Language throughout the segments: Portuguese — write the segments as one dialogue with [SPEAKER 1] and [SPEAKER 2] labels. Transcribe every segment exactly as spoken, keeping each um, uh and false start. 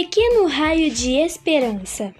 [SPEAKER 1] pequeno raio de esperança.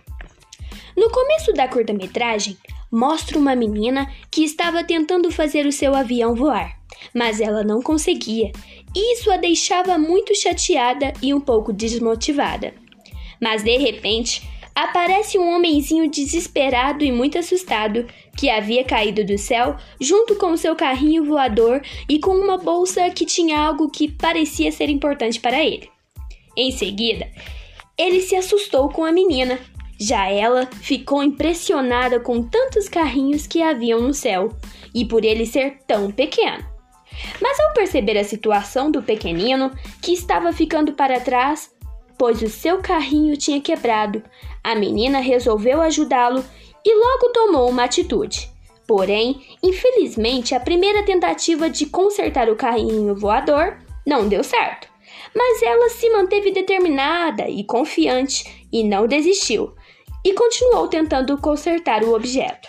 [SPEAKER 1] No começo da curta-metragem, mostra uma menina que estava tentando fazer o seu avião voar, mas ela não conseguia. Isso a deixava muito chateada e um pouco desmotivada. Mas de repente, aparece um homenzinho desesperado e muito assustado que havia caído do céu junto com seu carrinho voador e com uma bolsa que tinha algo que parecia ser importante para ele. Em seguida, ele se assustou com a menina. Já ela ficou impressionada com tantos carrinhos que haviam no céu e por ele ser tão pequeno. Mas ao perceber a situação do pequenino, que estava ficando para trás, pois o seu carrinho tinha quebrado, a menina resolveu ajudá-lo e logo tomou uma atitude. Porém, infelizmente, a primeira tentativa de consertar o carrinho voador não deu certo. Mas ela se manteve determinada e confiante e não desistiu, e continuou tentando consertar o objeto.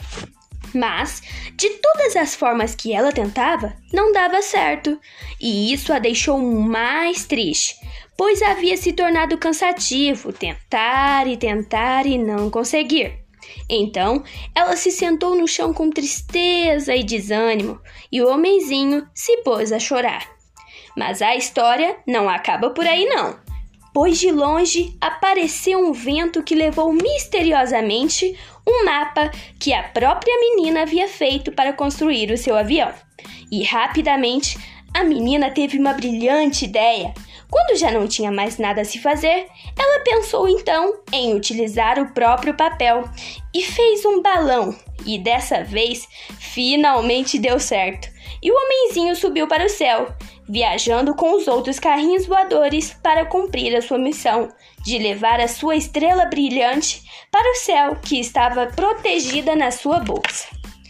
[SPEAKER 1] Mas, de todas as formas que ela tentava, não dava certo, e isso a deixou mais triste, pois havia se tornado cansativo tentar e tentar e não conseguir. Então, ela se sentou no chão com tristeza e desânimo, e o homenzinho se pôs a chorar. Mas a história não acaba por aí não, pois de longe apareceu um vento que levou misteriosamente um mapa que a própria menina havia feito para construir o seu avião. E rapidamente a menina teve uma brilhante ideia. Quando já não tinha mais nada a se fazer, ela pensou então em utilizar o próprio papel e fez um balão. E dessa vez, finalmente deu certo. E o homenzinho subiu para o céu, viajando com os outros carrinhos voadores para cumprir a sua missão de levar a sua estrela brilhante para o céu que estava protegida na sua bolsa.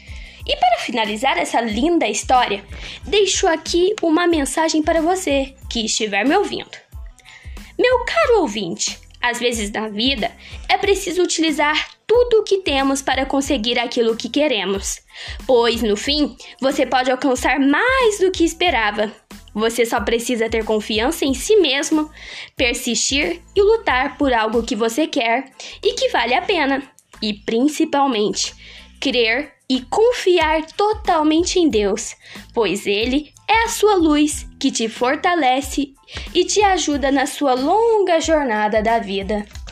[SPEAKER 1] E para finalizar essa linda história, deixo aqui uma mensagem para você que estiver me ouvindo. Meu caro ouvinte, às vezes na vida é preciso utilizar tudo o que temos para conseguir aquilo que queremos, pois no fim você pode alcançar mais do que esperava. Você só precisa ter confiança em si mesmo, persistir e lutar por algo que você quer e que vale a pena. E principalmente, crer e confiar totalmente em Deus, pois Ele é a sua luz que te fortalece e te ajuda na sua longa jornada da vida.